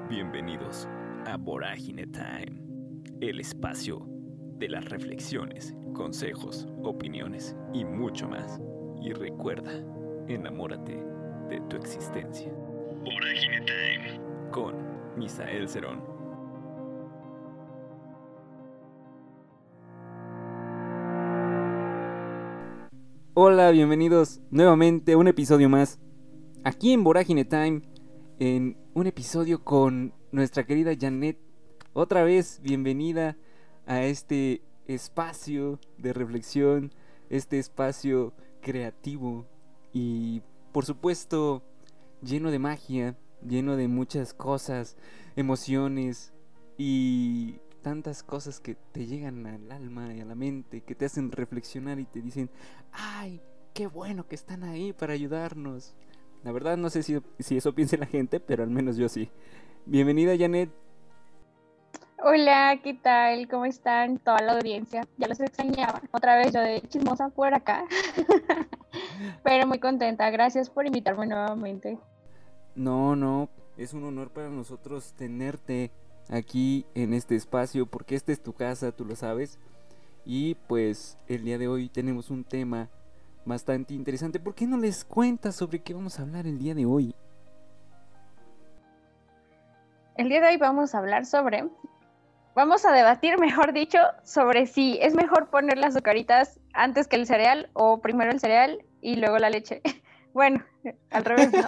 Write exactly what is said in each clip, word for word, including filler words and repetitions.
Bienvenidos a Vorágine Time, el espacio de las reflexiones, consejos, opiniones y mucho más. Y recuerda, enamórate de tu existencia. Vorágine Time con Misael Cerón. Hola, bienvenidos nuevamente a un episodio más aquí en Vorágine Time, en un episodio con nuestra querida Janet. Otra vez, bienvenida a este espacio de reflexión, este espacio creativo y, por supuesto, lleno de magia, lleno de muchas cosas, emociones y tantas cosas que te llegan al alma y a la mente, que te hacen reflexionar y te dicen, ¡ay, qué bueno que están ahí para ayudarnos! La verdad no sé si, si eso piensa la gente, pero al menos yo sí. Bienvenida, Janet. Hola, ¿qué tal? ¿Cómo están toda la audiencia? Ya los extrañaba. Otra vez yo de chismosa por acá. Pero muy contenta. Gracias por invitarme nuevamente. No, no, es un honor para nosotros tenerte aquí en este espacio, porque esta es tu casa, tú lo sabes. Y pues el día de hoy tenemos un tema bastante interesante. ¿Por qué no les cuentas sobre qué vamos a hablar el día de hoy? El día de hoy vamos a hablar sobre... Vamos a debatir, mejor dicho, sobre si es mejor poner las azucaritas antes que el cereal o primero el cereal y luego la leche. Bueno, al revés, ¿no?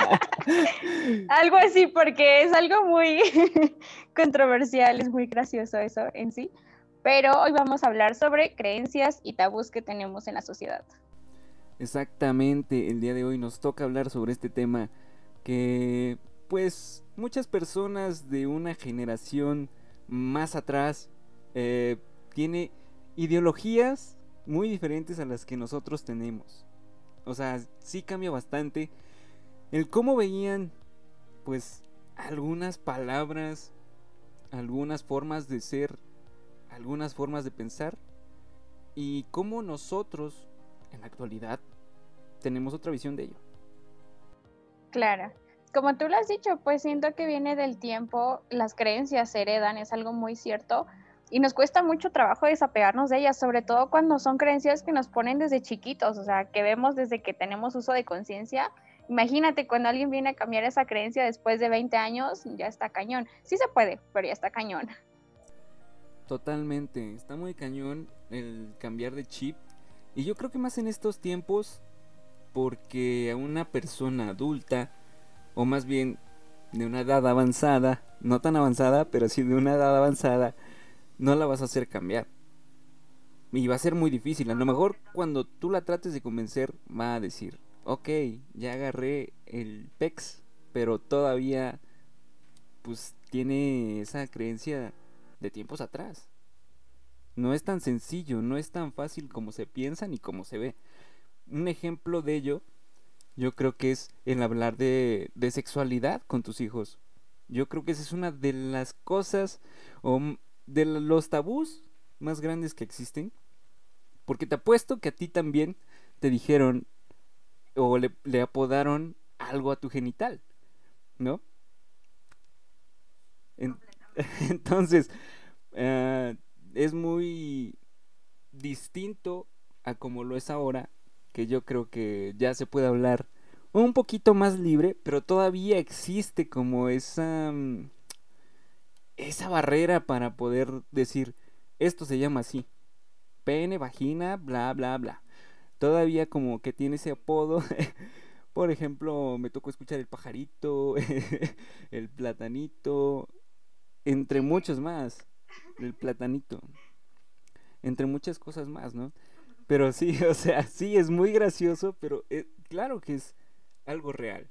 Algo así, porque es algo muy controversial, es muy gracioso eso en sí. Pero hoy vamos a hablar sobre creencias y tabús que tenemos en la sociedad. Exactamente, el día de hoy nos toca hablar sobre este tema que pues muchas personas de una generación más atrás eh, tiene ideologías muy diferentes a las que nosotros tenemos. O sea, sí cambia bastante el cómo veían pues algunas palabras, algunas formas de ser, algunas formas de pensar y cómo nosotros en la actualidad tenemos otra visión de ello. Claro. Como tú lo has dicho, pues siento que viene del tiempo, las creencias se heredan, es algo muy cierto, y nos cuesta mucho trabajo desapegarnos de ellas, sobre todo cuando son creencias que nos ponen desde chiquitos, o sea, que vemos desde que tenemos uso de conciencia. Imagínate cuando alguien viene a cambiar esa creencia después de veinte años, ya está cañón. Sí se puede, pero ya está cañón. Totalmente, está muy cañón el cambiar de chip. Y yo creo que más en estos tiempos, porque a una persona adulta, o más bien de una edad avanzada, no tan avanzada, pero sí de una edad avanzada, no la vas a hacer cambiar. Y va a ser muy difícil. A lo mejor cuando tú la trates de convencer, va a decir, ok, ya agarré el pex, pero todavía pues tiene esa creencia de tiempos atrás. No es tan sencillo, no es tan fácil como se piensa ni como se ve. Un ejemplo de ello, yo creo que es el hablar de, de sexualidad con tus hijos. Yo creo que esa es una de las cosas o de los tabús más grandes que existen. Porque te apuesto que a ti también te dijeron o le, le apodaron algo a tu genital, ¿no? En, entonces, uh, es muy distinto a como lo es ahora, que yo creo que ya se puede hablar un poquito más libre, pero todavía existe como esa esa barrera para poder decir esto se llama así, pene, vagina, bla bla bla. Todavía como que tiene ese apodo. Por ejemplo, me tocó escuchar el pajarito, el platanito, entre muchos más, el platanito, entre muchas cosas más, ¿no? Pero sí, o sea, sí, es muy gracioso, pero eh, claro que es algo real.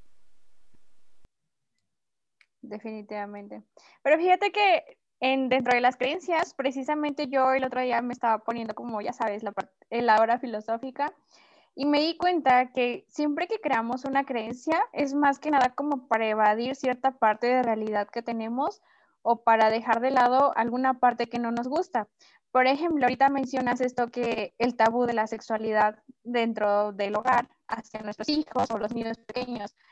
Definitivamente. Pero fíjate que en, dentro de las creencias, precisamente yo el otro día me estaba poniendo como, ya sabes, la, parte, la hora filosófica y me di cuenta que siempre que creamos una creencia es más que nada como para evadir cierta parte de realidad que tenemos o para dejar de lado alguna parte que no nos gusta. Por ejemplo, ahorita mencionas esto que el tabú de la sexualidad dentro del hogar hacia nuestros hijos o los niños pequeños.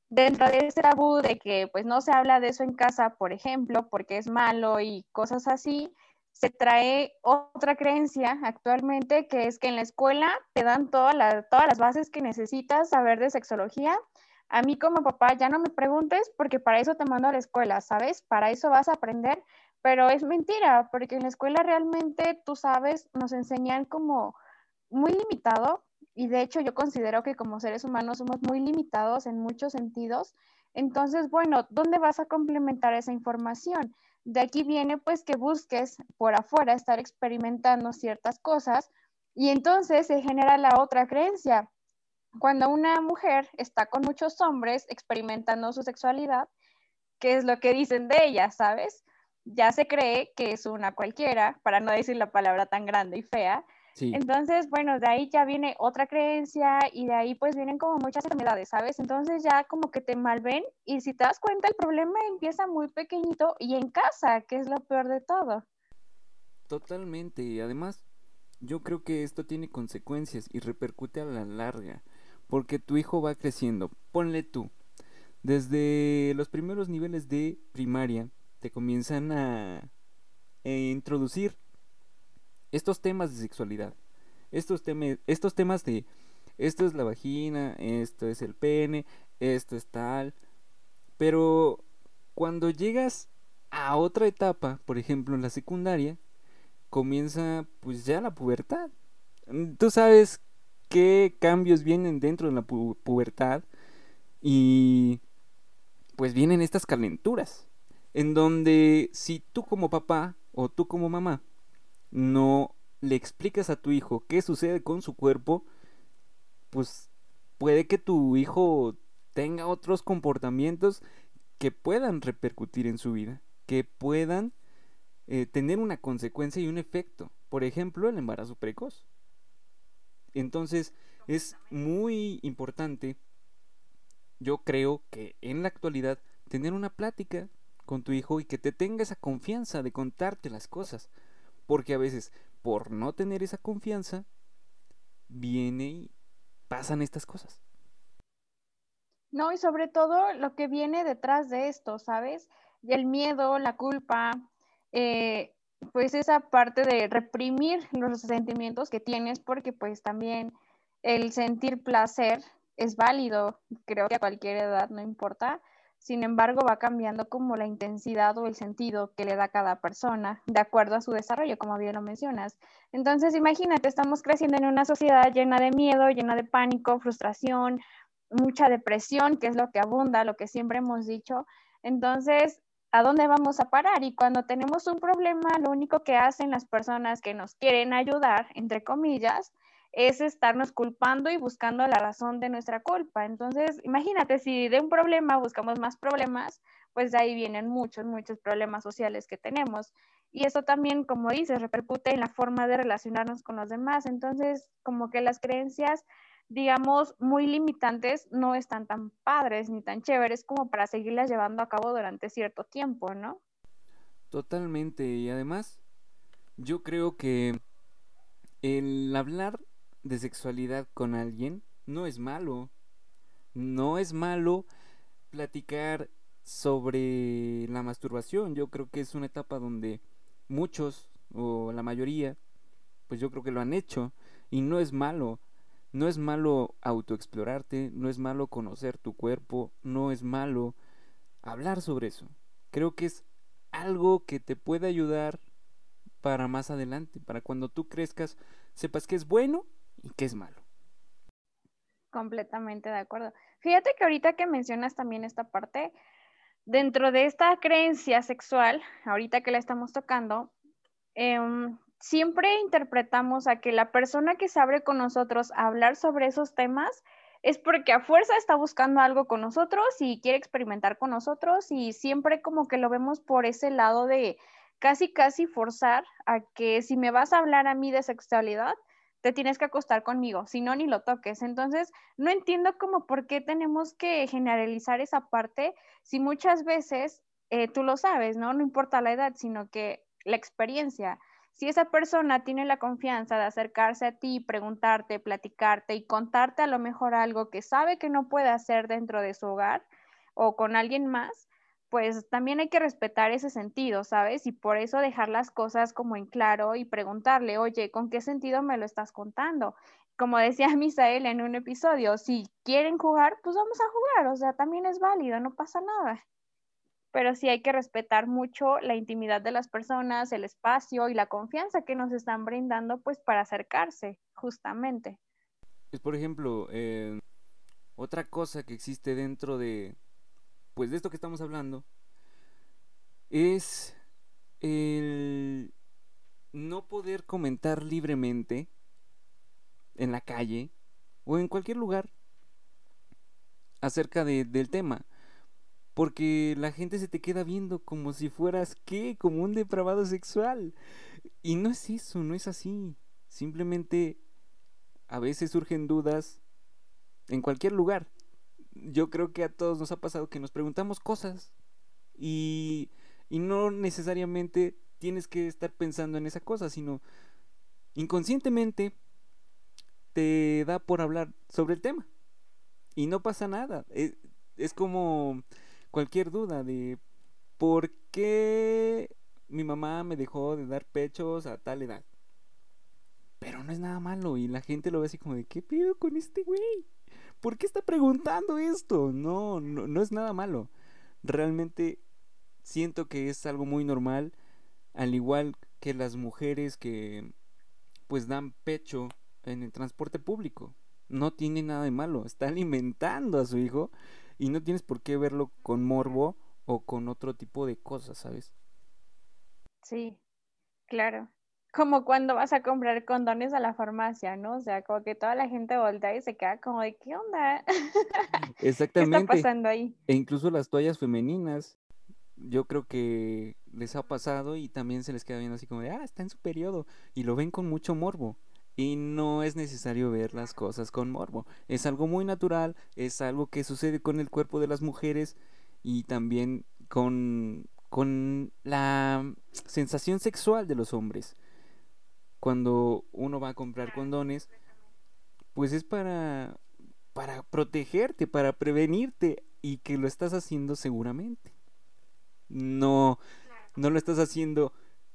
dentro de ese tabú de que pues no se habla de eso en casa, por ejemplo, porque es malo y cosas así, se trae otra creencia actualmente, que es que en la escuela te dan toda la, todas las bases que necesitas saber de sexología. A mí como papá ya no me preguntes porque para eso te mando a la escuela, ¿sabes? Para eso vas a aprender, pero es mentira, porque en la escuela realmente, tú sabes, nos enseñan como muy limitado, y de hecho yo considero que como seres humanos somos muy limitados en muchos sentidos. Entonces, bueno, ¿dónde vas a complementar esa información? De aquí viene pues que busques por afuera estar experimentando ciertas cosas, y entonces se genera la otra creencia. Cuando una mujer está con muchos hombres experimentando su sexualidad, ¿qué es lo que dicen de ella, sabes? Ya se cree que es una cualquiera, para no decir la palabra tan grande y fea. Sí, Entonces, bueno, de ahí ya viene otra creencia, y de ahí pues vienen como muchas enfermedades, ¿sabes? Entonces ya como que te malven, y si te das cuenta el problema empieza muy pequeñito y en casa, que es lo peor de todo. totalmente. Y además, yo creo que esto tiene consecuencias y repercute a la larga, porque tu hijo va creciendo. Ponle tú, desde los primeros niveles de primaria te comienzan a, a introducir estos temas de sexualidad, estos, teme- estos temas de esto es la vagina, esto es el pene, esto es tal, pero cuando llegas a otra etapa, por ejemplo en la secundaria, comienza pues ya la pubertad. Mm, Tú sabes qué cambios vienen dentro de la pu- pubertad y pues vienen estas calenturas, en donde si tú como papá o tú como mamá no le explicas a tu hijo qué sucede con su cuerpo, pues puede que tu hijo tenga otros comportamientos que puedan repercutir en su vida, que puedan eh, tener una consecuencia y un efecto. Por ejemplo, el embarazo precoz. Entonces, es muy importante, yo creo que en la actualidad, tener una plática con tu hijo y que te tenga esa confianza de contarte las cosas. Porque a veces, por no tener esa confianza, viene y pasan estas cosas. No, y sobre todo lo que viene detrás de esto, ¿sabes? Y el miedo, la culpa, eh, pues esa parte de reprimir los sentimientos que tienes, porque pues también el sentir placer es válido, creo que a cualquier edad, no importa. Sin embargo, va cambiando como la intensidad o el sentido que le da cada persona, de acuerdo a su desarrollo, como bien lo mencionas. Entonces, imagínate, estamos creciendo en una sociedad llena de miedo, llena de pánico, frustración, mucha depresión, que es lo que abunda, lo que siempre hemos dicho. Entonces, ¿a dónde vamos a parar? Y cuando tenemos un problema, lo único que hacen las personas que nos quieren ayudar, entre comillas, es estarnos culpando y buscando la razón de nuestra culpa. Entonces, imagínate, si de un problema buscamos más problemas, pues de ahí vienen muchos, muchos problemas sociales que tenemos. Y eso también, como dices, repercute en la forma de relacionarnos con los demás. Entonces, como que las creencias, digamos, muy limitantes, no están tan padres ni tan chéveres como para seguirlas llevando a cabo durante cierto tiempo, ¿no? Totalmente. Y además, yo creo que el hablar de sexualidad con alguien no es malo. No es malo platicar sobre la masturbación. Yo creo que es una etapa donde muchos o la mayoría, pues yo creo que lo han hecho y no es malo. No es malo autoexplorarte, no es malo conocer tu cuerpo, no es malo hablar sobre eso. Creo que es algo que te puede ayudar para más adelante, para cuando tú crezcas, sepas qué es bueno y qué es malo. Completamente de acuerdo. Fíjate que ahorita que mencionas también esta parte, dentro de esta creencia sexual, ahorita que la estamos tocando, em, siempre interpretamos a que la persona que se abre con nosotros a hablar sobre esos temas es porque a fuerza está buscando algo con nosotros y quiere experimentar con nosotros, y siempre como que lo vemos por ese lado de casi casi forzar a que si me vas a hablar a mí de sexualidad, te tienes que acostar conmigo, si no, ni lo toques. Entonces, no entiendo como por qué tenemos que generalizar esa parte, si muchas veces, eh, tú lo sabes, ¿no? No importa la edad, sino que la experiencia. Si esa persona tiene la confianza de acercarse a ti, preguntarte, platicarte y contarte a lo mejor algo que sabe que no puede hacer dentro de su hogar, o con alguien más, pues también hay que respetar ese sentido, ¿sabes? Y por eso dejar las cosas como en claro y preguntarle, oye, ¿con qué sentido me lo estás contando? Como decía Misael en un episodio, si quieren jugar, pues vamos a jugar, o sea, también es válido, no pasa nada. Pero sí hay que respetar mucho la intimidad de las personas, el espacio y la confianza que nos están brindando, pues para acercarse, justamente. Es por ejemplo, eh, otra cosa que existe dentro de, pues de esto que estamos hablando, es el no poder comentar libremente en la calle o en cualquier lugar acerca de, del tema. Porque la gente se te queda viendo como si fueras, ¿qué? Como un depravado sexual. Y no es eso, no es así. Simplemente a veces surgen dudas en cualquier lugar. Yo creo que a todos nos ha pasado que nos preguntamos cosas y, y no necesariamente tienes que estar pensando en esa cosa, sino inconscientemente te da por hablar sobre el tema. Y no pasa nada. Es, es como cualquier duda de por qué mi mamá me dejó de dar pechos a tal edad. Pero no es nada malo y la gente lo ve así como de ¿qué pido con este güey? ¿Por qué está preguntando esto? No, no, no es nada malo. Realmente siento que es algo muy normal, al igual que las mujeres que pues dan pecho en el transporte público. No tiene nada de malo, está alimentando a su hijo y no tienes por qué verlo con morbo o con otro tipo de cosas, ¿sabes? Sí, claro. Como cuando vas a comprar condones a la farmacia, ¿no? O sea, como que toda la gente voltea y se queda como de, ¿qué onda? ¿Qué está Exactamente. pasando ahí? E incluso las toallas femeninas, yo creo que les ha pasado y también se les queda viendo así como de, ah, está en su periodo. Y lo ven con mucho morbo. Y no es necesario ver las cosas con morbo. Es algo muy natural, es algo que sucede con el cuerpo de las mujeres y también con, con la sensación sexual de los hombres. Cuando uno va a comprar condones, pues es para, para protegerte, para prevenirte y que lo estás haciendo seguramente. No, no lo estás haciendo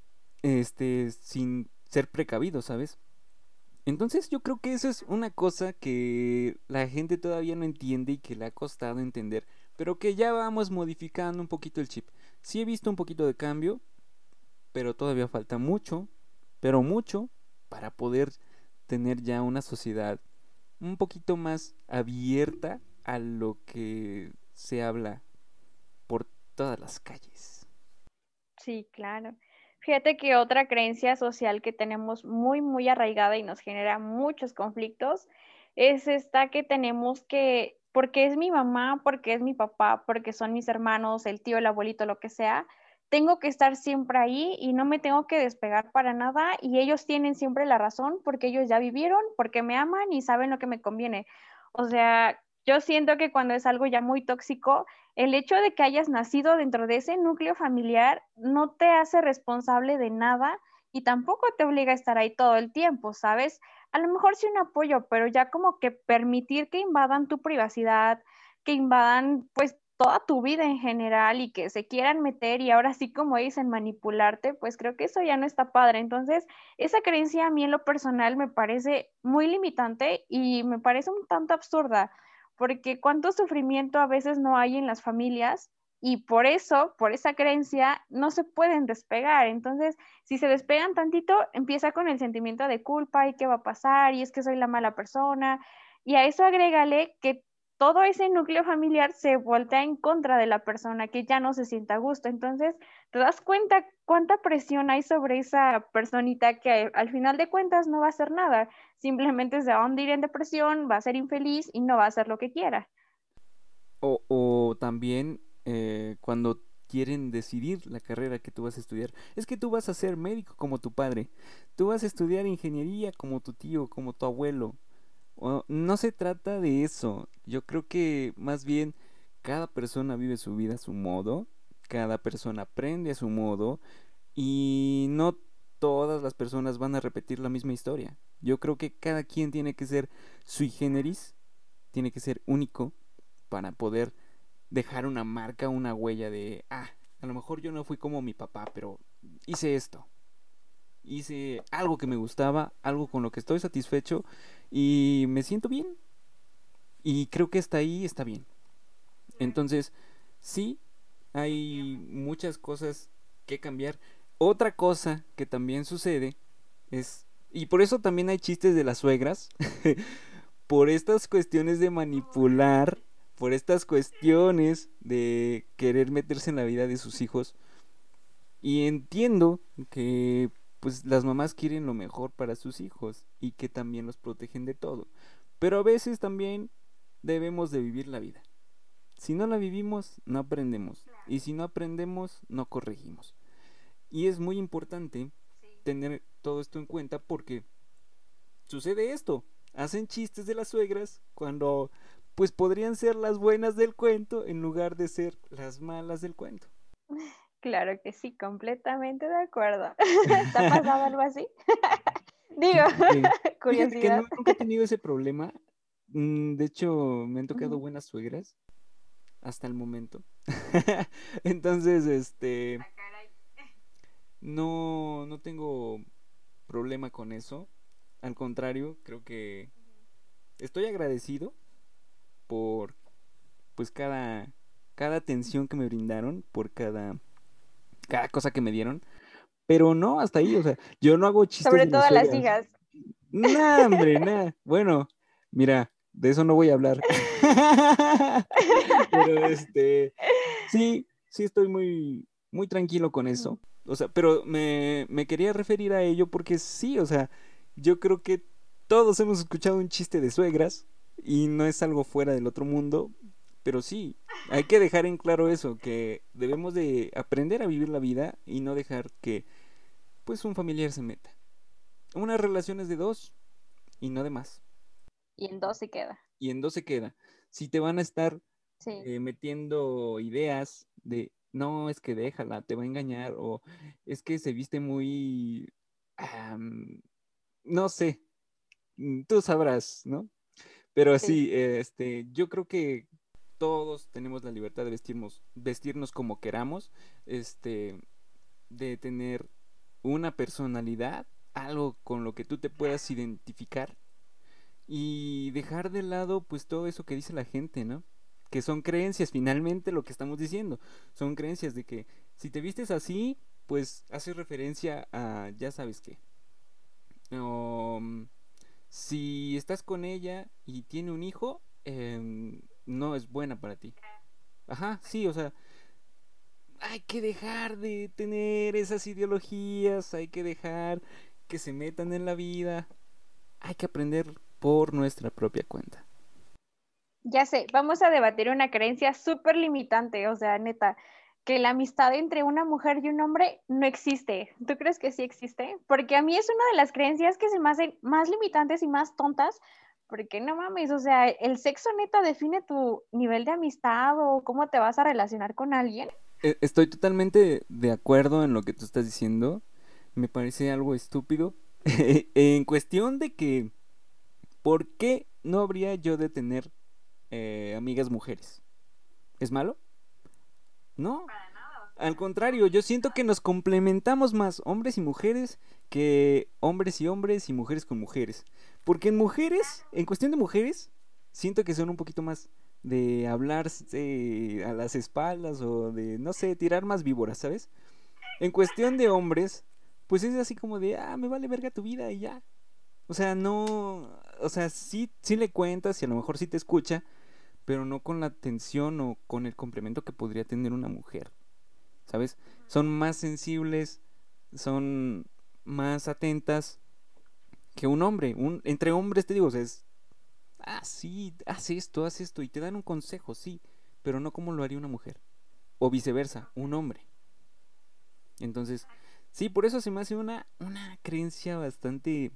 este sin ser precavido, ¿sabes? Entonces yo creo que eso es una cosa que la gente todavía no entiende y que le ha costado entender, pero que ya vamos modificando un poquito el chip. Sí he visto un poquito de cambio, pero todavía falta mucho, pero mucho para poder tener ya una sociedad un poquito más abierta a lo que se habla por todas las calles. Sí, claro. Fíjate que otra creencia social que tenemos muy, muy arraigada y nos genera muchos conflictos es esta que tenemos que, porque es mi mamá, porque es mi papá, porque son mis hermanos, el tío, el abuelito, lo que sea, tengo que estar siempre ahí y no me tengo que despegar para nada y ellos tienen siempre la razón porque ellos ya vivieron, porque me aman y saben lo que me conviene. O sea, yo siento que cuando es algo ya muy tóxico, el hecho de que hayas nacido dentro de ese núcleo familiar no te hace responsable de nada y tampoco te obliga a estar ahí todo el tiempo, ¿sabes? A lo mejor sí un apoyo, pero ya como que permitir que invadan tu privacidad, que invadan pues toda tu vida en general y que se quieran meter y ahora sí como dicen manipularte, pues creo que eso ya no está padre. Entonces, esa creencia a mí en lo personal me parece muy limitante y me parece un tanto absurda porque cuánto sufrimiento a veces no hay en las familias y por eso, por esa creencia, no se pueden despegar. Entonces, si se despegan tantito, empieza con el sentimiento de culpa y qué va a pasar y es que soy la mala persona. Y a eso agrégale que todo ese núcleo familiar se voltea en contra de la persona que ya no se sienta a gusto. Entonces, te das cuenta cuánta presión hay sobre esa personita que al final de cuentas no va a hacer nada. Simplemente se va a hundir en depresión, va a ser infeliz y no va a hacer lo que quiera. O, o también eh, cuando quieren decidir la carrera que tú vas a estudiar. Es que tú vas a ser médico como tu padre. Tú vas a estudiar ingeniería como tu tío, como tu abuelo. O, no se trata de eso. Yo creo que más bien cada persona vive su vida a su modo. Cada persona aprende a su modo. Y no todas las personas van a repetir la misma historia. Yo creo que cada quien tiene que ser sui generis. Tiene que ser único para poder dejar una marca, una huella de, ah, a lo mejor yo no fui como mi papá, pero hice esto. Hice algo que me gustaba, algo con lo que estoy satisfecho y me siento bien. Y creo que hasta ahí está bien. Entonces, sí, hay muchas cosas que cambiar. Otra cosa que también sucede es, y por eso también hay chistes de las suegras, por estas cuestiones de manipular, por estas cuestiones de querer meterse en la vida de sus hijos. Y entiendo que pues las mamás quieren lo mejor para sus hijos y que también los protegen de todo. Pero a veces también debemos de vivir la vida. Si no la vivimos, no aprendemos. Y si no aprendemos, no corregimos. Y es muy importante tener todo esto en cuenta porque sucede esto. Hacen chistes de las suegras cuando pues podrían ser las buenas del cuento en lugar de ser las malas del cuento. Claro que sí, completamente de acuerdo. ¿Te ha pasado algo así? Digo, Fíjate, curiosidad. fíjate que no, nunca he tenido ese problema. Mm, De hecho, me han tocado Ujú. buenas suegras hasta el momento. Entonces, este, no, no tengo problema con eso. Al contrario, creo que estoy agradecido por, pues, cada, cada atención que me brindaron, por cada, cada cosa que me dieron. Pero no, hasta ahí, o sea, yo no hago chistes Sobre de todo las a las suegras. hijas. Nah, hombre, nah. Bueno, mira, de eso no voy a hablar. Pero este, sí, sí estoy muy, muy tranquilo con eso. O sea, pero me, me quería referir a ello porque sí, o sea, yo creo que todos hemos escuchado un chiste de suegras y no es algo fuera del otro mundo, pero sí, hay que dejar en claro eso, que debemos de aprender a vivir la vida y no dejar que, pues, un familiar se meta. Una relación es de dos y no de más. Y en dos se queda. Y en dos se queda. Si te van a estar Sí. eh, metiendo ideas de, no, es que déjala, te va a engañar, o es que se viste muy, am, no sé, mm, tú sabrás, ¿no? Pero Sí. sí, eh, este, yo creo que todos tenemos la libertad de vestirnos, vestirnos como queramos, este, de tener una personalidad, algo con lo que tú te puedas identificar y dejar de lado pues todo eso que dice la gente, ¿no? Que son creencias, finalmente lo que estamos diciendo, son creencias de que si te vistes así, pues haces referencia a ya sabes qué. O mm, si estás con ella y tiene un hijo, em, no es buena para ti. Ajá, sí, o sea, hay que dejar de tener esas ideologías, hay que dejar que se metan en la vida, hay que aprender por nuestra propia cuenta. Ya sé, vamos a debatir una creencia súper limitante, o sea, neta, que la amistad entre una mujer y un hombre no existe. ¿Tú crees que sí existe? Porque a mí es una de las creencias que se me hacen más limitantes y más tontas, porque no mames, o sea, el sexo neta define tu nivel de amistad o cómo te vas a relacionar con alguien. E- Estoy totalmente de acuerdo en lo que tú estás diciendo. Me parece algo estúpido. En cuestión de que, ¿por qué no habría yo de tener eh, amigas mujeres? ¿Es malo? No. Al contrario, yo siento que nos complementamos más hombres y mujeres que hombres y hombres y mujeres con mujeres. Porque en mujeres, en cuestión de mujeres, siento que son un poquito más de hablarse a las espaldas o de, no sé, tirar más víboras, ¿sabes? En cuestión de hombres, pues es así como de, ah, me vale verga tu vida y ya. O sea, no, o sea, sí, sí le cuentas y a lo mejor sí te escucha, pero no con la atención o con el complemento que podría tener una mujer, ¿sabes? Son más sensibles, son más atentas que un hombre. Un, entre hombres, te digo, o sea, es, ah, sí, haz esto, haz esto, y te dan un consejo, sí, pero no como lo haría una mujer. O viceversa, un hombre. Entonces, sí, por eso se me hace una, una creencia bastante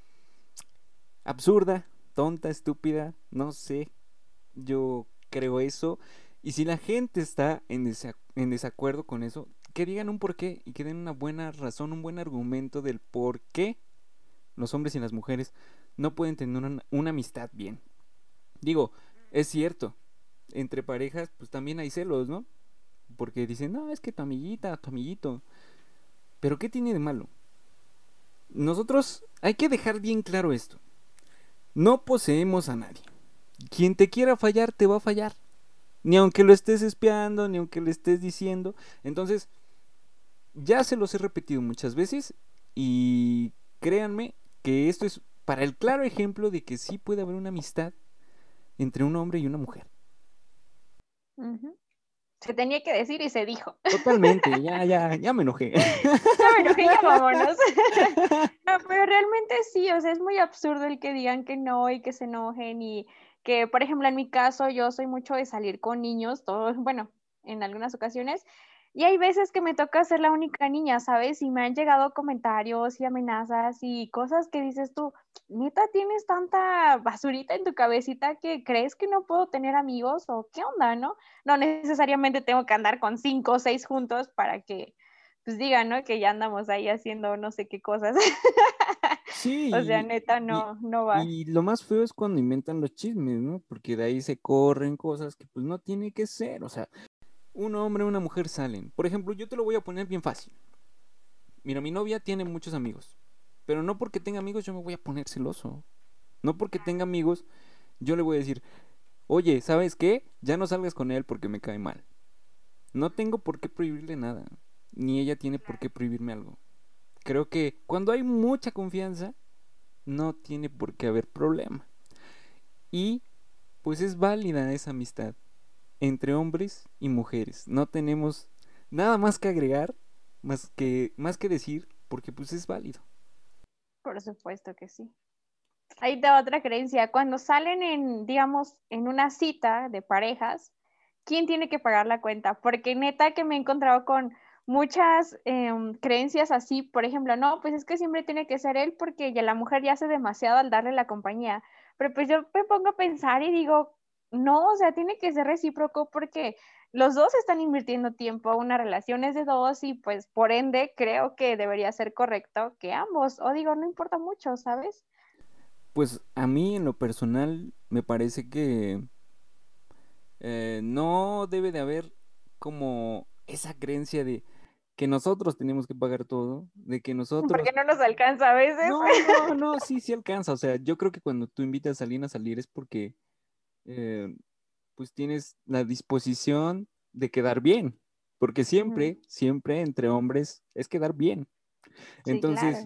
absurda, tonta, estúpida, no sé. Yo creo eso. Y si la gente está en, desa- en desacuerdo con eso, que digan un porqué y que den una buena razón, un buen argumento del por qué los hombres y las mujeres no pueden tener una, una amistad bien. Digo, es cierto, entre parejas, pues también hay celos, ¿no? Porque dicen, no, es que tu amiguita, tu amiguito. Pero ¿qué tiene de malo? Nosotros hay que dejar bien claro esto. No poseemos a nadie. Quien te quiera fallar, te va a fallar. Ni aunque lo estés espiando, ni aunque le estés diciendo. Entonces, ya se los he repetido muchas veces. Y créanme que esto es para el claro ejemplo de que sí puede haber una amistad entre un hombre y una mujer. Ujú. Se tenía que decir y se dijo. Totalmente, ya, ya, ya me enojé. Ya me enojé, ya vámonos. No, pero realmente sí, o sea, es muy absurdo el que digan que no y que se enojen y que, por ejemplo, en mi caso, yo soy mucho de salir con niños, todos, bueno, en algunas ocasiones, y hay veces que me toca ser la única niña, ¿sabes? Y me han llegado comentarios y amenazas y cosas que dices tú, neta, ¿tienes tanta basurita en tu cabecita que crees que no puedo tener amigos o qué onda, no? No necesariamente tengo que andar con cinco o seis juntos para que pues digan, ¿no? Que ya andamos ahí haciendo no sé qué cosas. O sea, Sí, neta, y, no, no va. y lo más feo es cuando inventan los chismes, ¿no? Porque de ahí se corren cosas que pues no tiene que ser. O sea, un hombre y una mujer salen. Por ejemplo, yo te lo voy a poner bien fácil. Mira, mi novia tiene muchos amigos. Pero no porque tenga amigos yo me voy a poner celoso. No porque tenga amigos yo le voy a decir, oye, ¿sabes qué? Ya no salgas con él porque me cae mal. No tengo por qué prohibirle nada. Ni ella tiene por qué prohibirme algo. Creo que cuando hay mucha confianza, no tiene por qué haber problema. Y pues es válida esa amistad entre hombres y mujeres. No tenemos nada más que agregar, más que, más que decir, porque pues es válido. Por supuesto que sí. Ahí te va otra creencia. Cuando salen en, digamos, en una cita de parejas, ¿quién tiene que pagar la cuenta? Porque neta que me he encontrado con muchas eh, creencias así, por ejemplo, no, pues es que siempre tiene que ser él porque ya la mujer ya hace demasiado al darle la compañía. Pero pues yo me pongo a pensar y digo, no, o sea, tiene que ser recíproco porque los dos están invirtiendo tiempo, una relación es de dos y pues por ende creo que debería ser correcto que ambos, o digo, no importa mucho, ¿sabes? Pues a mí en lo personal me parece que eh, no debe de haber como esa creencia de que nosotros tenemos que pagar todo, de que Porque nosotros... no nos alcanza a veces. No, no, no, sí, sí alcanza. O sea, yo creo que cuando tú invitas a alguien a salir es porque eh, pues tienes la disposición de quedar bien, porque Ujú. siempre, siempre entre hombres es quedar bien. Sí, Entonces, claro.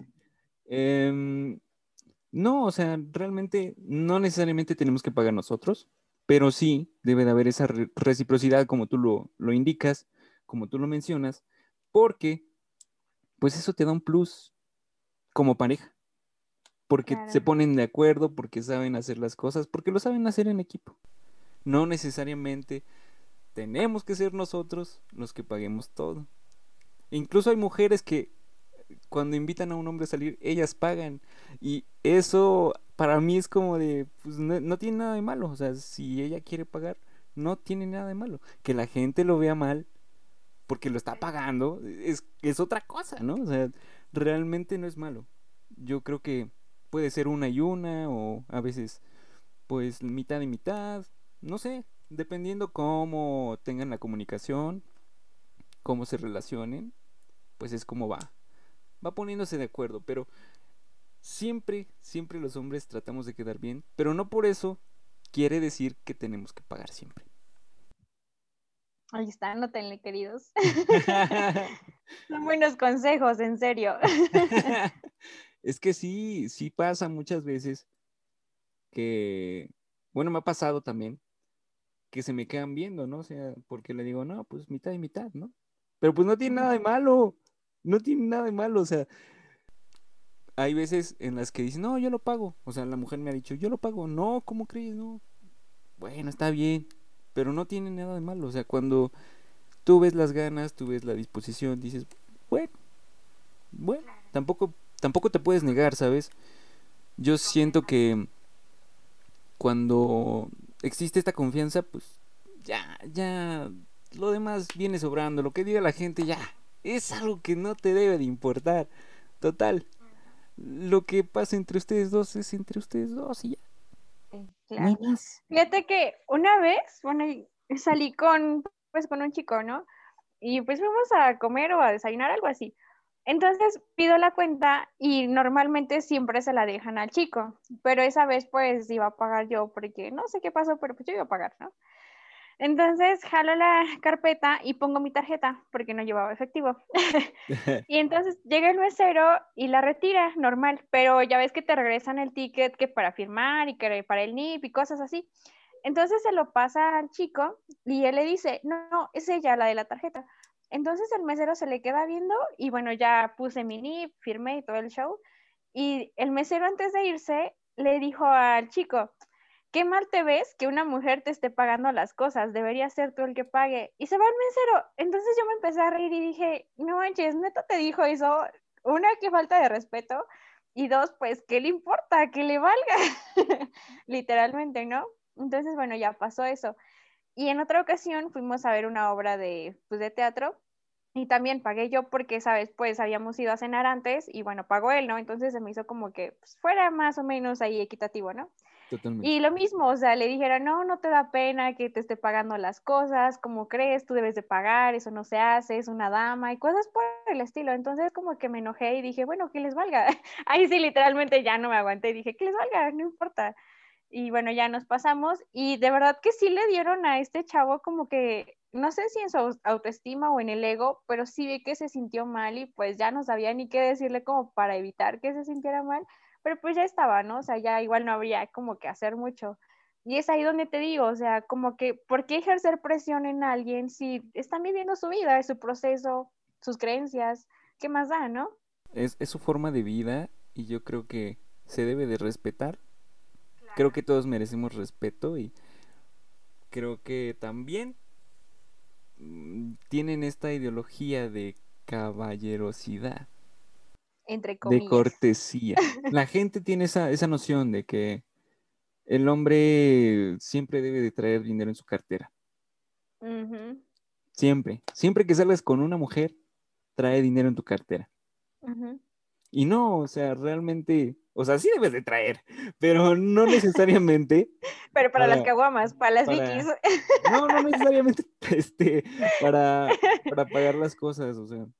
em, no, o sea, realmente no necesariamente tenemos que pagar nosotros, pero sí debe de haber esa re- reciprocidad como tú lo, lo indicas, como tú lo mencionas, porque pues eso te da un plus como pareja, porque se Claro. ponen de acuerdo, porque saben hacer las cosas, porque lo saben hacer en equipo. No necesariamente tenemos que ser nosotros los que paguemos todo. Incluso hay mujeres que cuando invitan a un hombre a salir, ellas pagan. Y eso para mí es como de, pues no, no tiene nada de malo. O sea, si ella quiere pagar, no tiene nada de malo. Que la gente lo vea mal porque lo está pagando es, es otra cosa, ¿no? O sea, realmente no es malo. Yo creo que puede ser una y una o a veces pues mitad y mitad. No sé, dependiendo cómo tengan la comunicación, cómo se relacionen, pues es como va. Va poniéndose de acuerdo, pero siempre, siempre los hombres tratamos de quedar bien, pero no por eso quiere decir que tenemos que pagar siempre. Ahí está, anótenle, queridos. Son buenos consejos, en serio. Es que sí, sí pasa muchas veces que, bueno, me ha pasado también que se me quedan viendo, ¿no? O sea, porque le digo, no, pues mitad y mitad, ¿no? Pero pues no tiene nada de malo, no tiene nada de malo, o sea, hay veces en las que dicen, no, yo lo pago, o sea, la mujer me ha dicho, yo lo pago, no, ¿cómo crees? No, bueno, está bien, pero no tiene nada de malo, o sea, cuando tú ves las ganas, tú ves la disposición, dices, bueno, bueno, tampoco, tampoco te puedes negar, ¿sabes? Yo siento que cuando existe esta confianza, pues ya, ya, lo demás viene sobrando, lo que diga la gente ya, es algo que no te debe de importar, total, lo que pasa entre ustedes dos es entre ustedes dos y ya, Sí, no hay claro. más. Fíjate que una vez, bueno, y salí con, pues, con un chico, ¿no? Y pues fuimos a comer o a desayunar, algo así. Entonces pido la cuenta y normalmente siempre se la dejan al chico, pero esa vez pues iba a pagar yo porque no sé qué pasó, pero pues yo iba a pagar, ¿no? Entonces jalo la carpeta y pongo mi tarjeta porque no llevaba efectivo. Y entonces llega el mesero y la retira, normal, pero ya ves que te regresan el ticket que para firmar y que para el N I P y cosas así. Entonces se lo pasa al chico y él le dice, no, no, es ella la de la tarjeta. Entonces el mesero se le queda viendo y bueno, ya puse mi N I P, firmé y todo el show. Y el mesero antes de irse le dijo al chico, qué mal te ves que una mujer te esté pagando las cosas, debería ser tú el que pague. Y se va el mesero. Entonces yo me empecé a reír y dije, no manches, neta te dijo eso. Una, qué falta de respeto. Y dos, pues, ¿qué le importa? Que le valga. Literalmente, ¿no? Entonces, bueno, ya pasó eso. Y en otra ocasión fuimos a ver una obra de, pues, de teatro y también pagué yo porque, ¿sabes? Pues habíamos ido a cenar antes y bueno, pagó él, ¿no? Entonces se me hizo como que pues, fuera más o menos ahí equitativo, ¿no? Totalmente. Y lo mismo, o sea, le dijera, no, no te da pena que te esté pagando las cosas, ¿cómo crees? Tú debes de pagar, eso no se hace, es una dama y cosas por el estilo. Entonces como que me enojé y dije, bueno, que les valga. Ahí sí, literalmente ya no me aguanté y dije, que les valga, no importa. Y bueno, ya nos pasamos y de verdad que sí le dieron a este chavo como que, no sé si en su autoestima o en el ego, pero sí vi que se sintió mal y pues ya no sabía ni qué decirle como para evitar que se sintiera mal, pero pues ya estaba, ¿no? O sea, ya igual no habría como que hacer mucho. Y es ahí donde te digo, o sea, como que, ¿por qué ejercer presión en alguien si están viviendo su vida, su proceso, sus creencias? ¿Qué más da, no? Es, es su forma de vida y yo creo que se debe de respetar. Creo Claro. que todos merecemos respeto y creo que también mm, tienen esta ideología de caballerosidad, Entre de comillas. cortesía. La gente tiene esa, esa noción de que el hombre siempre debe de traer dinero en su cartera. Ujú, Siempre. Siempre que salgas con una mujer, trae dinero en tu cartera. ujú. Y no, o sea, realmente, o sea, sí debes de traer, pero no necesariamente Pero para las para, caguamas, para las Vikis. para, no, no necesariamente, este, para, para pagar las cosas, o sea,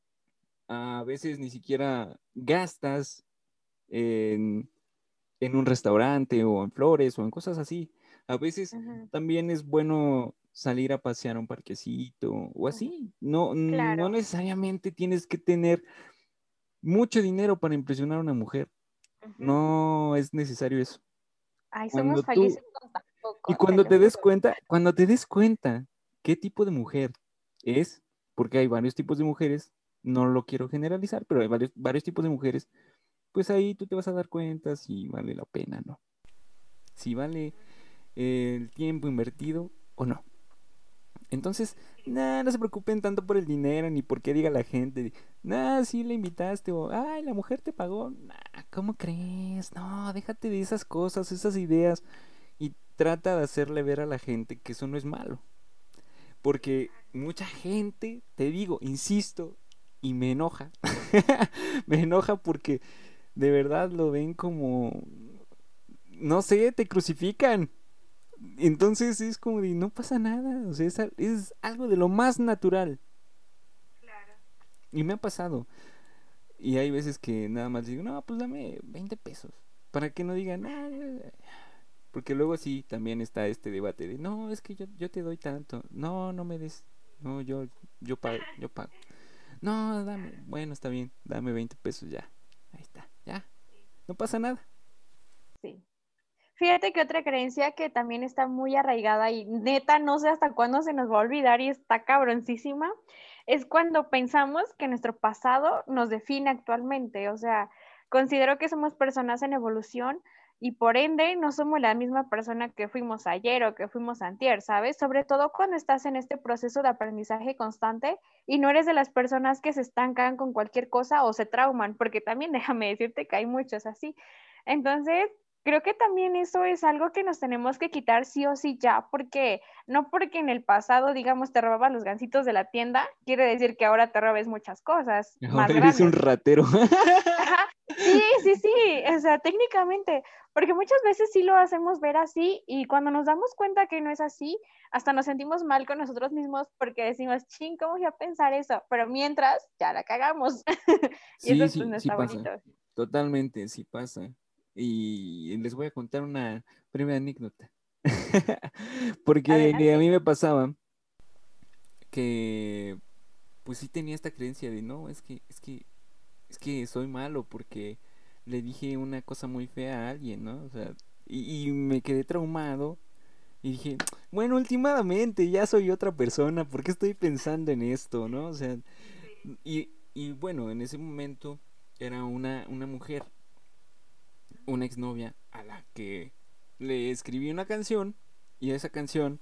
a veces ni siquiera gastas en, en un restaurante o en flores o en cosas así. A veces Ujú, también es bueno salir a pasear a un parquecito o ujú. así. No, no Claro. necesariamente tienes que tener mucho dinero para impresionar a una mujer. Ujú. No es necesario eso. Ay, Cuando somos tú, felices con tan y poco, te cuando lo te des juro. cuenta, cuando te des cuenta qué tipo de mujer es, porque hay varios tipos de mujeres, no lo quiero generalizar, pero hay varios, varios tipos de mujeres, pues ahí tú te vas a dar cuenta si vale la pena, ¿no? Si vale el tiempo invertido o no. Entonces, nada, no se preocupen tanto por el dinero ni por qué diga la gente. Nada, sí le invitaste o, ay, la mujer te pagó. Nah, ¿cómo crees? No, déjate de esas cosas, esas ideas y trata de hacerle ver a la gente que eso no es malo. Porque mucha gente, te digo, insisto, y me enoja. Me enoja porque de verdad lo ven como, no sé, te crucifican. Entonces es como de no pasa nada, o sea, es, es algo de lo más natural. Claro. Y me ha pasado. Y hay veces que nada más digo, no, pues dame veinte pesos. Para que no digan, ah, porque luego sí también está este debate de, no, es que yo, yo te doy tanto. No, no me des. No, yo, yo pago, yo pago. No, dame, bueno, está bien, dame veinte pesos ya. Ahí está, ya. No pasa nada. Sí. Fíjate que otra creencia que también está muy arraigada y neta no sé hasta cuándo se nos va a olvidar y está cabroncísima, es cuando pensamos que nuestro pasado nos define actualmente. O sea, considero que somos personas en evolución y por ende no somos la misma persona que fuimos ayer o que fuimos antier, ¿sabes? Sobre todo cuando estás en este proceso de aprendizaje constante y no eres de las personas que se estancan con cualquier cosa o se trauman, porque también déjame decirte que hay muchos así. Entonces, creo que también eso es algo que nos tenemos que quitar sí o sí ya, porque no porque en el pasado, digamos, te robabas los gancitos de la tienda, quiere decir que ahora te robes muchas cosas Ahora más eres un grandes. ratero. Ajá, Sí, sí, sí, o sea, técnicamente, porque muchas veces sí lo hacemos ver así y cuando nos damos cuenta que no es así, hasta nos sentimos mal con nosotros mismos porque decimos, ching, ¿cómo voy a pensar eso? Pero mientras, ya la cagamos. Y Sí, eso pues sí, no sí está pasa. bonito. Totalmente, sí pasa. Y les voy a contar una primera anécdota. Porque a Adelante. mí me pasaba que, pues sí tenía esta creencia de, no, es que, es que, es que soy malo porque le dije una cosa muy fea a alguien, ¿no? O sea, y, y me quedé traumado y dije, bueno, últimamente ya soy otra persona, ¿por qué estoy pensando en esto, no? O sea, y, y bueno, en ese momento era una, una mujer, una exnovia a la que le escribí una canción y esa canción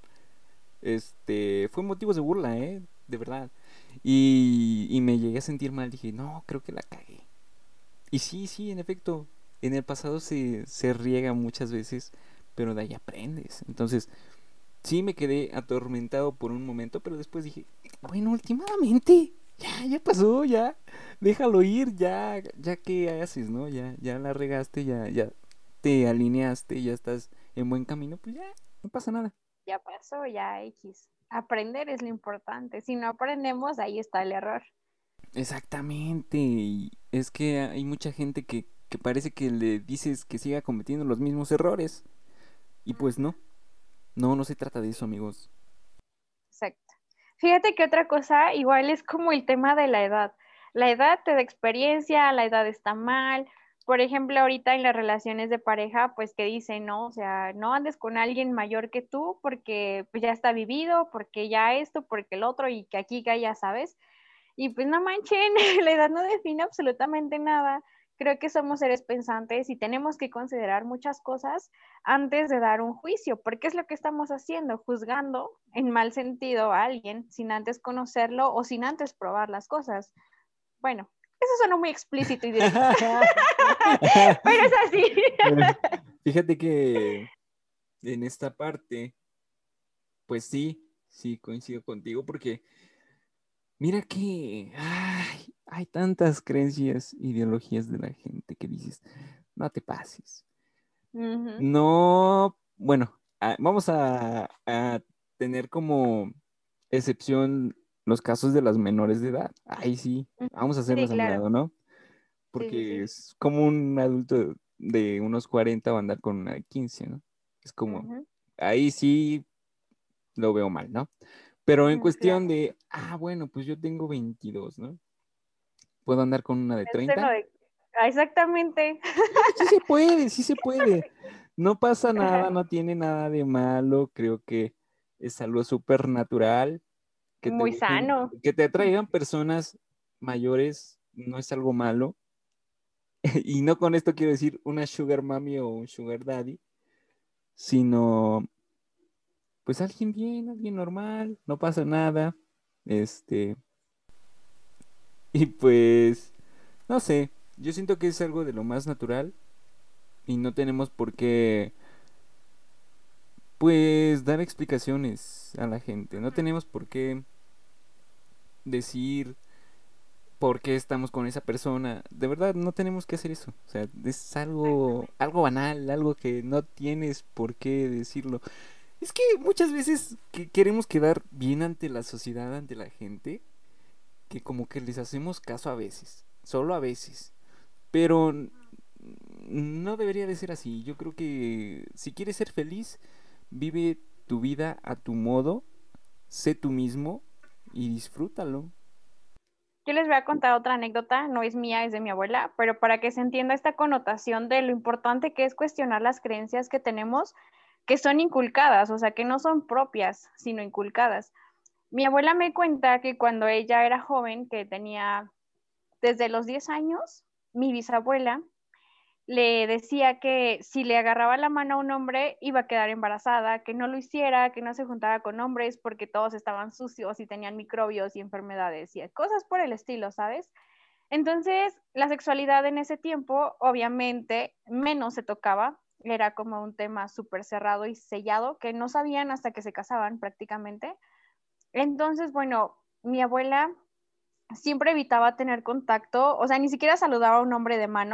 este fue motivo de burla, ¿eh? De verdad. Y, y me llegué a sentir mal, dije, no, creo que la cagué. Y sí, sí, en efecto, en el pasado se, se riega muchas veces, pero de ahí aprendes. Entonces, sí me quedé atormentado por un momento, pero después dije, bueno, últimamente, ya, ya pasó, ya, déjalo ir, ya, ya que haces, ¿no? Ya, ya la regaste, ya, ya te alineaste, ya estás en buen camino, pues ya, no pasa nada. Ya pasó, ya X. Aprender es lo importante. Si no aprendemos, ahí está el error. Exactamente, y es que hay mucha gente que, que parece que le dices que siga cometiendo los mismos errores, y pues no, no, no se trata de eso, amigos. Exacto. Fíjate que otra cosa, igual es como el tema de la edad. La edad te da experiencia, la edad está mal. Por ejemplo, ahorita en las relaciones de pareja, pues que dicen, no, o sea, no andes con alguien mayor que tú porque pues ya está vivido, porque ya esto, porque el otro y que aquí que ya sabes. Y pues no manchen, la edad no define absolutamente nada. Creo que somos seres pensantes y tenemos que considerar muchas cosas antes de dar un juicio, porque es lo que estamos haciendo, juzgando en mal sentido a alguien sin antes conocerlo o sin antes probar las cosas. Bueno, eso sonó muy explícito y directo, pero es así. Fíjate que en esta parte, pues sí, sí coincido contigo porque mira que ay, hay tantas creencias, ideologías de la gente que dices, no te pases. Ujú. No, bueno, ah, vamos a, a tener como excepción los casos de las menores de edad. Ahí sí, Ujú. vamos a Sí, hacerlas a un claro. lado, ¿no? Sí, sí, Porque sí. es como un adulto de unos cuarenta va a andar con una de quince, ¿no? Es como, Ujú. ahí sí lo veo mal, ¿no? Pero en Mm, cuestión claro. de, ah, bueno, pues yo tengo veintidós, ¿no? ¿Puedo andar con una de Es lo treinta? de... Ah, exactamente. Sí, sí se puede, sí se puede. No pasa nada, no tiene nada de malo. Creo que es algo súper natural. Que te Muy gusten, sano. que te atraigan personas mayores, no es algo malo. Y no con esto quiero decir una sugar mami o un sugar daddy, sino pues alguien bien, alguien normal, no pasa nada. Este, y pues, no sé, yo siento que es algo de lo más natural y no tenemos por qué pues dar explicaciones a la gente. No tenemos por qué decir por qué estamos con esa persona. De verdad, no tenemos que hacer eso. O sea, es algo, algo banal, algo que no tienes por qué decirlo. Es que muchas veces que queremos quedar bien ante la sociedad, ante la gente, que como que les hacemos caso a veces, solo a veces. Pero n- no debería de ser así. Yo creo que si quieres ser feliz, vive tu vida a tu modo, sé tú mismo y disfrútalo. Yo les voy a contar otra anécdota, no es mía, es de mi abuela, pero para que se entienda esta connotación de lo importante que es cuestionar las creencias que tenemos, que son inculcadas, o sea, que no son propias, sino inculcadas. Mi abuela me cuenta que cuando ella era joven, que tenía desde los diez años, mi bisabuela le decía que si le agarraba la mano a un hombre iba a quedar embarazada, que no lo hiciera, que no se juntara con hombres porque todos estaban sucios y tenían microbios y enfermedades y cosas por el estilo, ¿sabes? Entonces, la sexualidad en ese tiempo, obviamente, menos se tocaba, era como un tema súper cerrado y sellado, que no sabían hasta que se casaban prácticamente. Entonces, bueno, mi abuela siempre evitaba tener contacto, o sea, ni siquiera saludaba a un hombre de mano,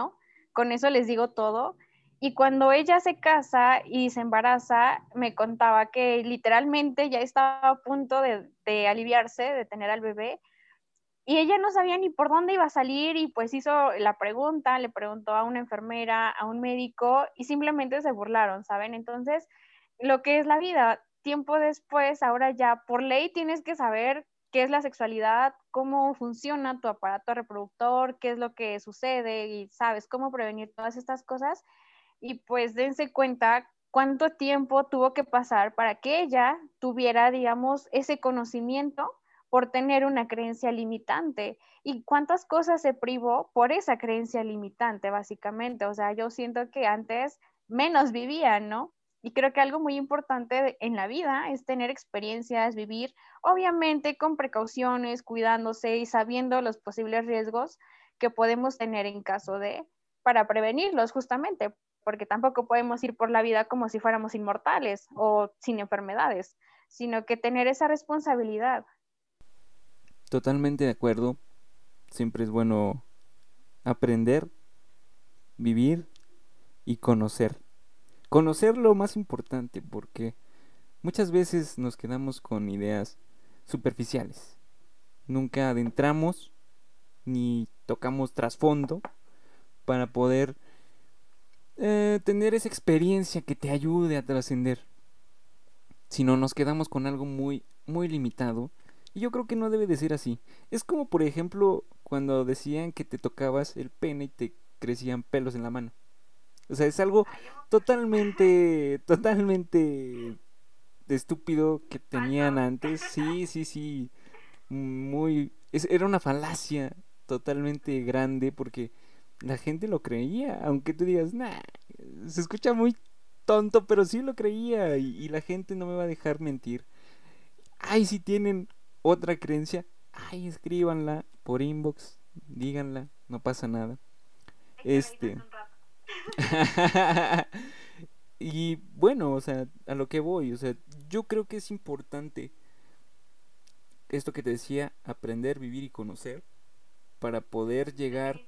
con eso les digo todo. Y cuando ella se casa y se embaraza, me contaba que literalmente ya estaba a punto de, de aliviarse, de tener al bebé, y ella no sabía ni por dónde iba a salir y pues hizo la pregunta, le preguntó a una enfermera, a un médico y simplemente se burlaron, ¿saben? Entonces, lo que es la vida, tiempo después, ahora ya por ley tienes que saber qué es la sexualidad, cómo funciona tu aparato reproductor, qué es lo que sucede y sabes cómo prevenir todas estas cosas. Y pues dense cuenta cuánto tiempo tuvo que pasar para que ella tuviera, digamos, ese conocimiento por tener una creencia limitante y cuántas cosas se privó por esa creencia limitante, básicamente. O sea, yo siento que antes menos vivían, ¿no? Y creo que algo muy importante en la vida es tener experiencias, vivir, obviamente con precauciones, cuidándose y sabiendo los posibles riesgos que podemos tener en caso de, para prevenirlos justamente, porque tampoco podemos ir por la vida como si fuéramos inmortales o sin enfermedades, sino que tener esa responsabilidad. Totalmente de acuerdo. Siempre es bueno aprender, vivir y conocer. Conocer lo más importante, porque muchas veces nos quedamos con ideas superficiales. Nunca adentramos ni tocamos trasfondo para poder eh, tener esa experiencia que te ayude a trascender. Si no, nos quedamos con algo muy, muy limitado. Y yo creo que no debe de ser así. Es como, por ejemplo, cuando decían que te tocabas el pene y te crecían pelos en la mano. O sea, es algo totalmente, totalmente estúpido que tenían antes. Sí, sí, sí. Muy... es- era una falacia totalmente grande porque la gente lo creía. Aunque tú digas, nah, se escucha muy tonto, pero sí lo creía. Y, y la gente no me va a dejar mentir. Ay, si tienen otra creencia, ay, escríbanla por inbox, díganla, no pasa nada. Este. Y bueno, o sea, a lo que voy, o sea, yo creo que es importante esto que te decía, aprender, vivir y conocer para poder llegar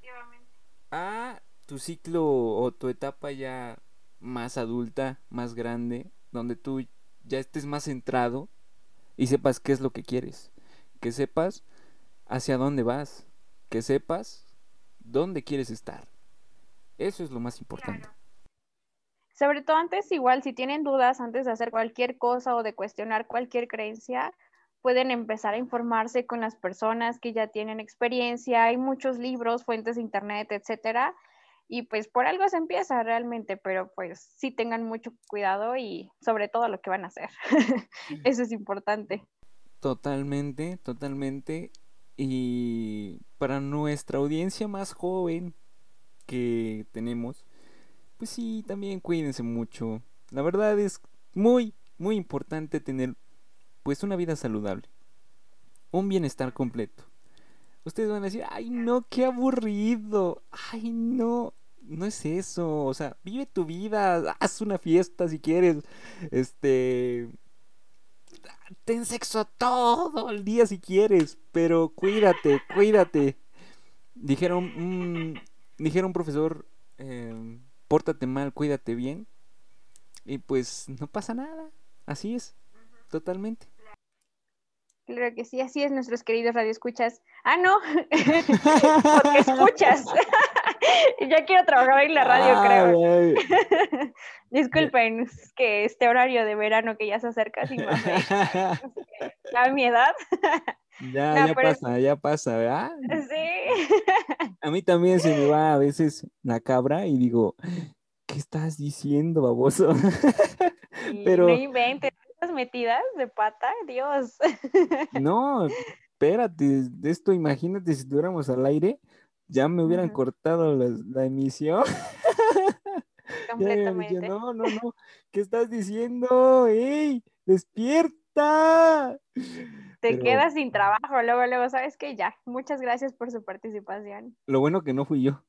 a tu ciclo o tu etapa ya más adulta, más grande, donde tú ya estés más centrado y sepas qué es lo que quieres, que sepas hacia dónde vas, que sepas dónde quieres estar. Eso es lo más importante. Sobre todo antes, igual, si tienen dudas antes de hacer cualquier cosa o de cuestionar cualquier creencia, pueden empezar a informarse con las personas que ya tienen experiencia. Hay muchos libros, fuentes de internet, etcétera. Y pues por algo se empieza realmente, pero pues sí tengan mucho cuidado y sobre todo lo que van a hacer. Eso es importante. Totalmente, totalmente. Y para nuestra audiencia más joven que tenemos, pues sí, también cuídense mucho. La verdad es muy, muy importante tener pues una vida saludable, un bienestar completo. Ustedes van a decir, ay no, qué aburrido, ay no, no es eso, o sea, vive tu vida, haz una fiesta si quieres, este, ten sexo todo el día si quieres, pero cuídate, cuídate. Dijeron, un, dijeron un profesor, eh, pórtate mal, cuídate bien, y pues no pasa nada, así es, totalmente. Claro que sí, así es, nuestros queridos radioescuchas. Ah, no, porque escuchas. Ya quiero trabajar en la radio, creo. Ay, ay. Disculpen, es que este horario de verano que ya se acerca sin más de ya mi edad. Ya, No, ya pero pasa, ya pasa, ¿verdad? sí. A mí también se me va a veces la cabra y digo, ¿qué estás diciendo, baboso? Y no Pero inventes esas metidas de pata, Dios. no, espérate, de esto imagínate si estuviéramos al aire, ya me hubieran Ujú, cortado la, la emisión. Ya me hubieran dicho, completamente. no, no, no, ¿qué estás diciendo? ¡Ey! ¡Despierta! Te Pero quedas sin trabajo, luego, luego, ¿sabes qué? Ya, muchas gracias por su participación. lo bueno que no fui yo.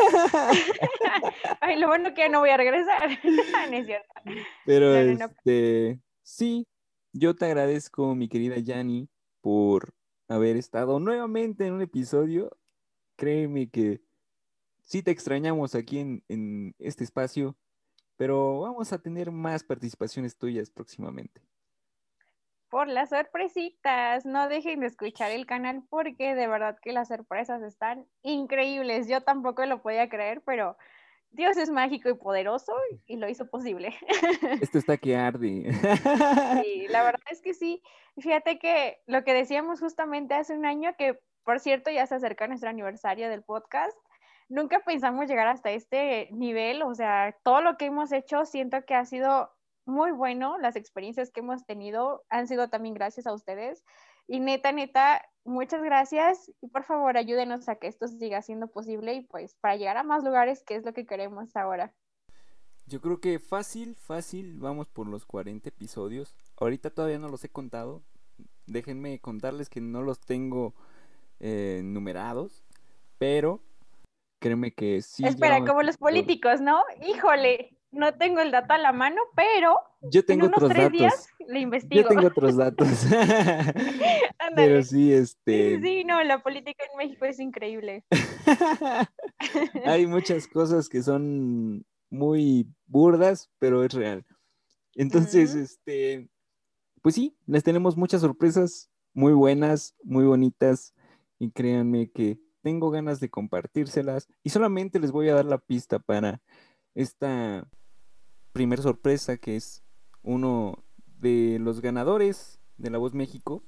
Ay, lo bueno que ya no voy a regresar. No es cierto. Pero No, no, no. este, sí, yo te agradezco, mi querida Yanni, por haber estado nuevamente en un episodio. Créeme que sí te extrañamos aquí en, en este espacio, pero vamos a tener más participaciones tuyas próximamente. Por las sorpresitas. No dejen de escuchar el canal porque de verdad que las sorpresas están increíbles. Yo tampoco lo podía creer, pero Dios es mágico y poderoso y lo hizo posible. Esto está que arde. Sí, la verdad es que sí. Fíjate que lo que decíamos justamente hace un año, que por cierto ya se acerca nuestro aniversario del podcast, nunca pensamos llegar hasta este nivel. O sea, todo lo que hemos hecho siento que ha sido muy bueno. Las experiencias que hemos tenido han sido también gracias a ustedes. Y neta, neta, muchas gracias. Y por favor, ayúdenos a que esto siga siendo posible y pues para llegar a más lugares, que es lo que queremos ahora. Yo creo que fácil, fácil, vamos por los cuarenta episodios. Ahorita todavía no los he contado. Déjenme contarles que no los tengo eh, numerados, pero créeme que sí, ya Espera, vamos como los por... políticos, ¿no? Híjole, no tengo el dato a la mano, pero Yo en tengo unos otros tres días datos. le Yo investigo. tengo otros datos. Pero Ándale. sí, Sí, sí, este... sí, no, la política en México es increíble. Hay muchas cosas que son muy burdas, pero es real. Entonces, Mm, este... Pues sí, les tenemos muchas sorpresas muy buenas, muy bonitas. Y créanme que tengo ganas de compartírselas. Y solamente les voy a dar la pista para esta primer sorpresa, que es uno de los ganadores de La Voz México.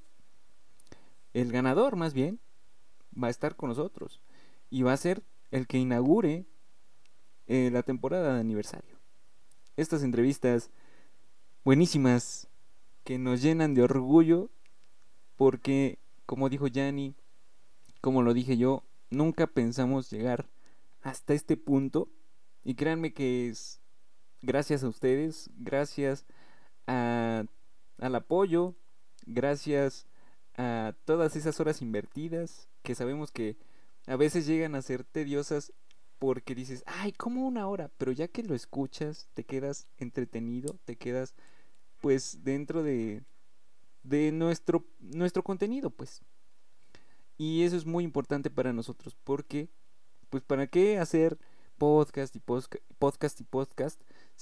El ganador, más bien, va a estar con nosotros y va a ser el que inaugure eh, la temporada de aniversario. Estas entrevistas buenísimas que nos llenan de orgullo porque, como dijo Yanni, como lo dije yo, nunca pensamos llegar hasta este punto. Y créanme que es gracias a ustedes, gracias a, al apoyo, gracias a todas esas horas invertidas que sabemos que a veces llegan a ser tediosas porque dices, ay, ¿cómo una hora? Pero ya que lo escuchas, te quedas entretenido, te quedas pues dentro de, de nuestro, nuestro contenido, pues. Y eso es muy importante para nosotros porque, pues, ¿para qué hacer podcast y posca- podcast y podcast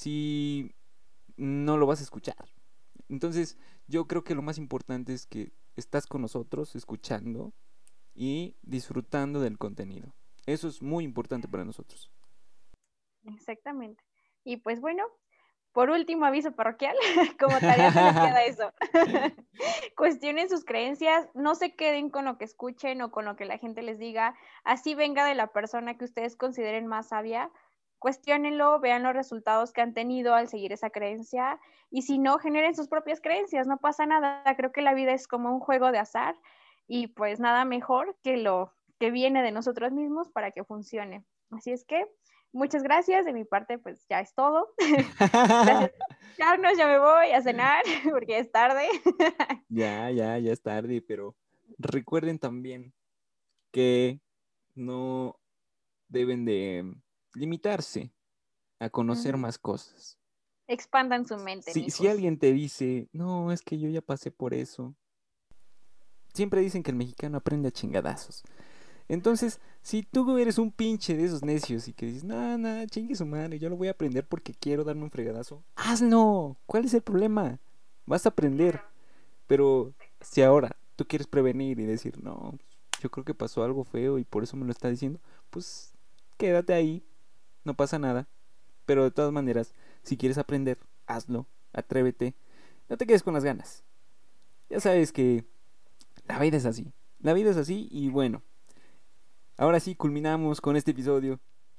si no lo vas a escuchar? Entonces, yo creo que lo más importante es que estás con nosotros escuchando y disfrutando del contenido. Eso es muy importante para nosotros. exactamente. Y pues bueno, por último aviso parroquial, como tarea se les queda eso. Cuestionen sus creencias, no se queden con lo que escuchen o con lo que la gente les diga, así venga de la persona que ustedes consideren más sabia. Cuestiónenlo, vean los resultados que han tenido al seguir esa creencia y si no, generen sus propias creencias, no pasa nada. Creo que la vida es como un juego de azar y pues nada mejor que lo que viene de nosotros mismos para que funcione. Así es que muchas gracias, de mi parte pues ya es todo. Gracias por escucharnos, ya me voy a cenar porque es tarde. Ya, ya, ya es tarde, pero recuerden también que no deben de limitarse a conocer Ujú. más cosas. Expandan su mente, Si, si mijos. alguien te dice, no, es que yo ya pasé por eso, siempre dicen que el mexicano aprende a chingadazos. Entonces, si tú eres un pinche de esos necios y que dices, no, no, chingue su madre, yo lo voy a aprender porque quiero darme un fregadazo, hazlo. ¿Cuál es el problema? Vas a aprender. Pero si ahora tú quieres prevenir y decir, no, yo creo que pasó algo feo y por eso me lo está diciendo, pues quédate ahí, no pasa nada. Pero de todas maneras, si quieres aprender, hazlo, atrévete, no te quedes con las ganas. Ya sabes que la vida es así, la vida es así y bueno, ahora sí culminamos con este episodio,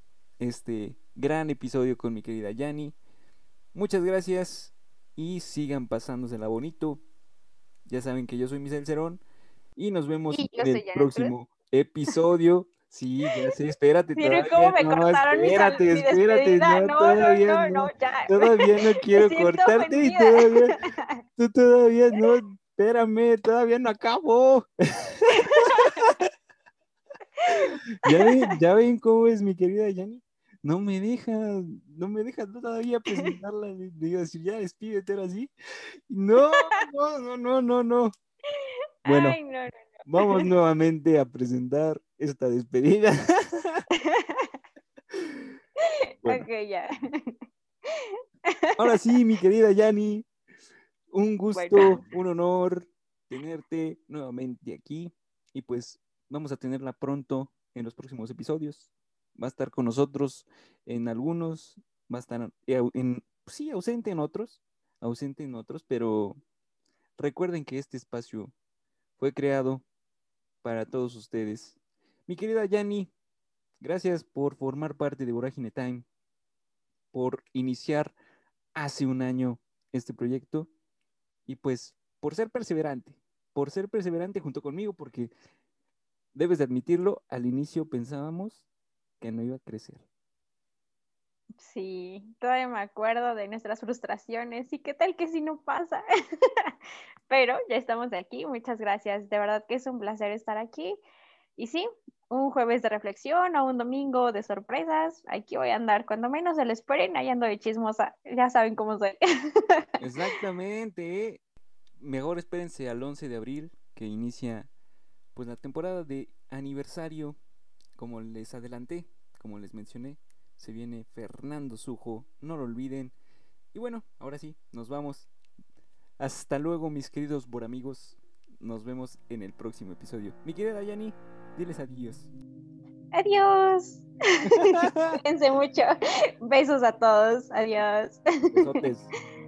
este gran episodio con mi querida Yani. Muchas gracias y sigan pasándosela bonito. Ya saben que yo soy Misael Cerón y nos vemos Y yo en el soy Janet Cruz. próximo episodio. Sí, ya sé, espérate, ¿Vieron cómo todavía me no, cortaron mi, sal- espérate, mi espérate, despedida? no, No, no, todavía no, no, no, ya. todavía no Me quiero siento cortarte y ofendida. todavía, tú todavía no, espérame, todavía no acabo. ¿Ya ven, ya ven cómo es mi querida Yani? No me deja, no me deja todavía presentarla, le digo decir, ya despídete ahora sí. No, no, no, no, no, no. Bueno, Ay, no, no. vamos nuevamente a presentar esta despedida. Bueno, Ok, ya. ahora sí, mi querida Yani, un gusto, Bueno. un honor tenerte nuevamente aquí y pues vamos a tenerla pronto en los próximos episodios. Va a estar con nosotros en algunos, va a estar en, en- sí, ausente en otros, ausente en otros, pero recuerden que este espacio fue creado para todos ustedes. Mi querida Yani, gracias por formar parte de Vorágine Time, por iniciar hace un año este proyecto y pues por ser perseverante, por ser perseverante junto conmigo, porque debes de admitirlo, al inicio pensábamos que no iba a crecer. Sí, todavía me acuerdo de nuestras frustraciones y qué tal que si no pasa. Pero ya estamos aquí, muchas gracias. De verdad que es un placer estar aquí. Y sí, un jueves de reflexión o un domingo de sorpresas. Aquí voy a andar. Cuando menos se lo esperen, ahí ando de chismosa. Ya saben cómo soy. Exactamente. Mejor espérense al once de abril que inicia pues la temporada de aniversario, como les adelanté, como les mencioné, se viene Fernando Sujo, no lo olviden. Y bueno, ahora sí, nos vamos. Hasta luego, mis queridos boramigos. Nos vemos en el próximo episodio. Mi querida Dayani, diles adiós. Adiós. Cuídense mucho. Besos a todos. Adiós. Besotes.